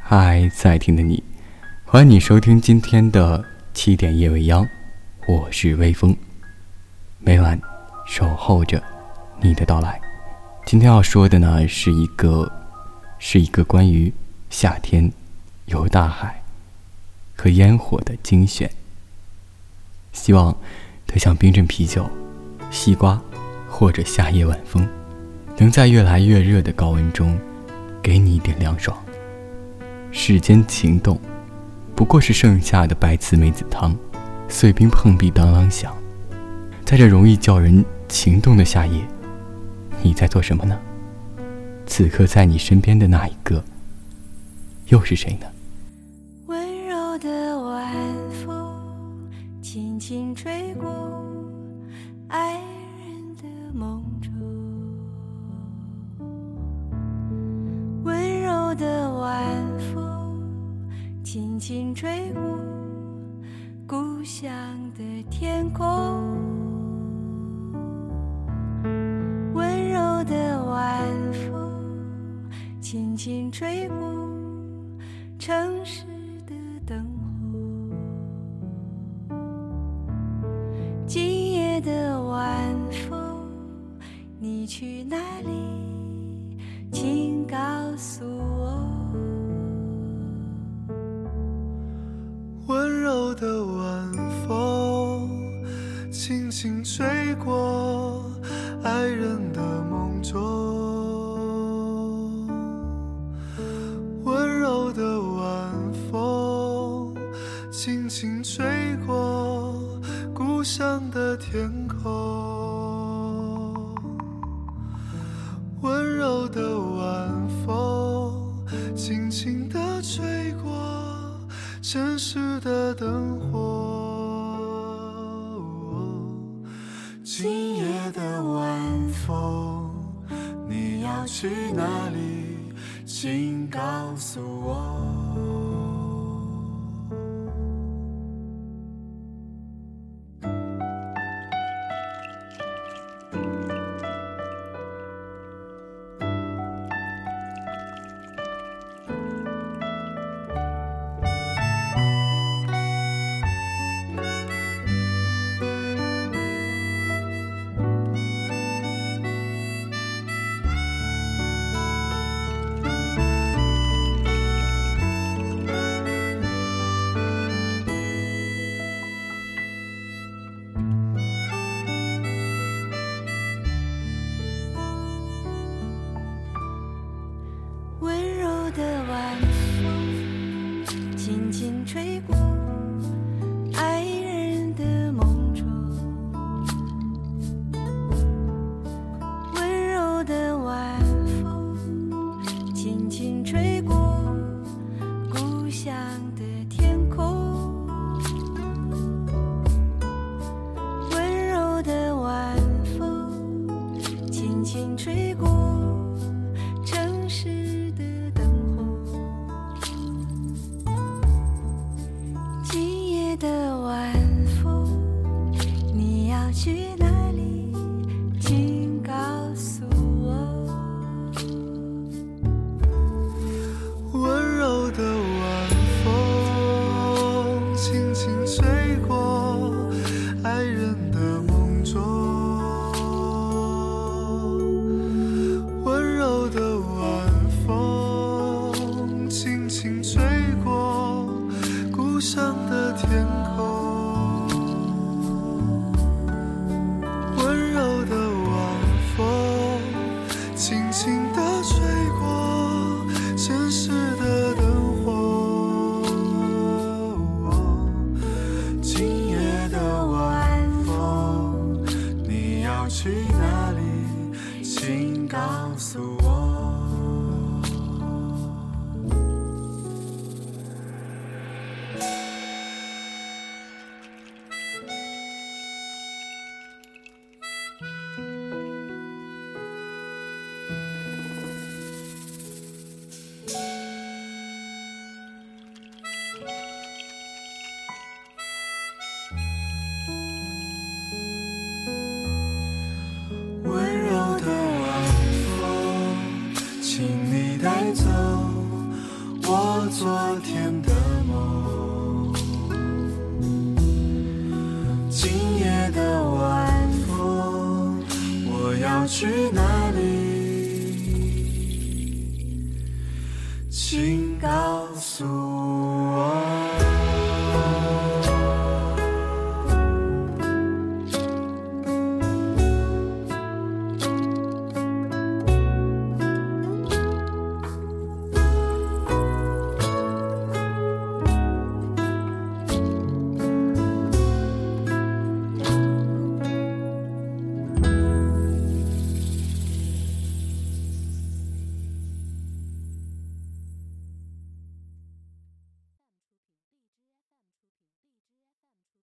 嗨，在听的你，欢迎你收听今天的7点夜未央，我是微风，每晚守候着你的到来。今天要说的呢，是一个关于夏天有大海和烟火的精选，希望它像冰镇啤酒、西瓜或者夏夜晚风，能在越来越热的高温中给你一点凉爽。世间情动，不过是盛夏的白瓷梅子汤，碎冰碰壁当啷响。在这容易叫人情动的夏夜，你在做什么呢？此刻在你身边的那一个，又是谁呢？ 温柔的晚风轻轻吹过爱人的梦中，温柔的晚风轻轻吹过故乡的天空，温柔的晚风轻轻吹过城市的灯火，今夜的晚风你去哪里，请告诉我。 温柔的晚风轻轻吹过爱人的梦中，温柔的晚风轻轻吹过故乡的天空，温柔的晚风轻轻地吹过城市的灯火，今夜的晚风你要去哪里，请告诉我。 温柔的晚风轻轻吹过爱人的梦中，温柔的晚风轻轻吹过故乡的天空，温柔的晚风轻轻吹过城市的灯火，今夜的晚风你要去哪里，请告诉我。 温柔的晚风轻轻吹过爱人的梦中，温柔的晚风轻轻吹过故乡的天空，温柔的晚风轻轻地吹过城市的灯火，今夜的晚风你要去哪里，请告诉我。 我昨天的梦。今夜的晚风，我要去哪里？请告诉我。